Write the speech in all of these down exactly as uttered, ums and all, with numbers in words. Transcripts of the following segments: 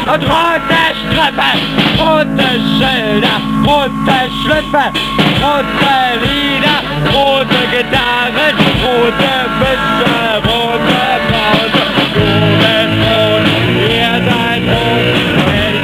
und rote Strümpfe, rote Schilder, rote Schlüpfe, rote Lieder, rote Gitarren, rote Fische, rote Pause. Du bist rot, ihr seid rot, ich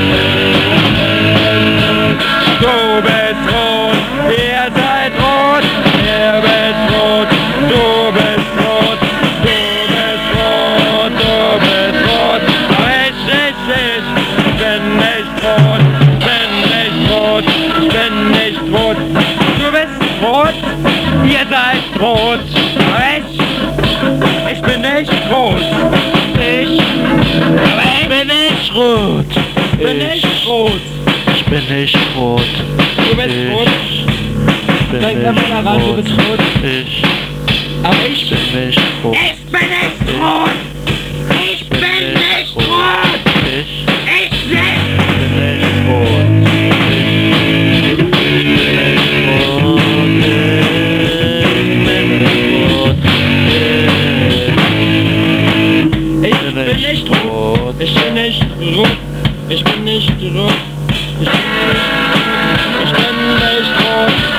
bin rot. Du bist rot, ihr seid rot, ihr bist rot, du bist rot, du bist rot, du bist rot. Ich, ich, ich bin nicht rot, bin nicht rot, bin nicht rot. Du bist rot, ihr seid rot. Ich, ich bin nicht rot. Ich, aber ich bin nicht rot. Bin nicht rot. Ich bin nicht rot. Du bist ich rot. bin Denk nicht einfach mal ran, du rot. bist rot. Ich Aber ich bin nicht rot. Ich bin nicht rot. Ich bin nicht rot. Ich Ich bin bin nicht rot. Ich bin nicht rot. Ich bin nicht rot. Ich bin nicht rot. Ich bin nicht rot. Ich bin nicht rot. Ich bin nicht rot.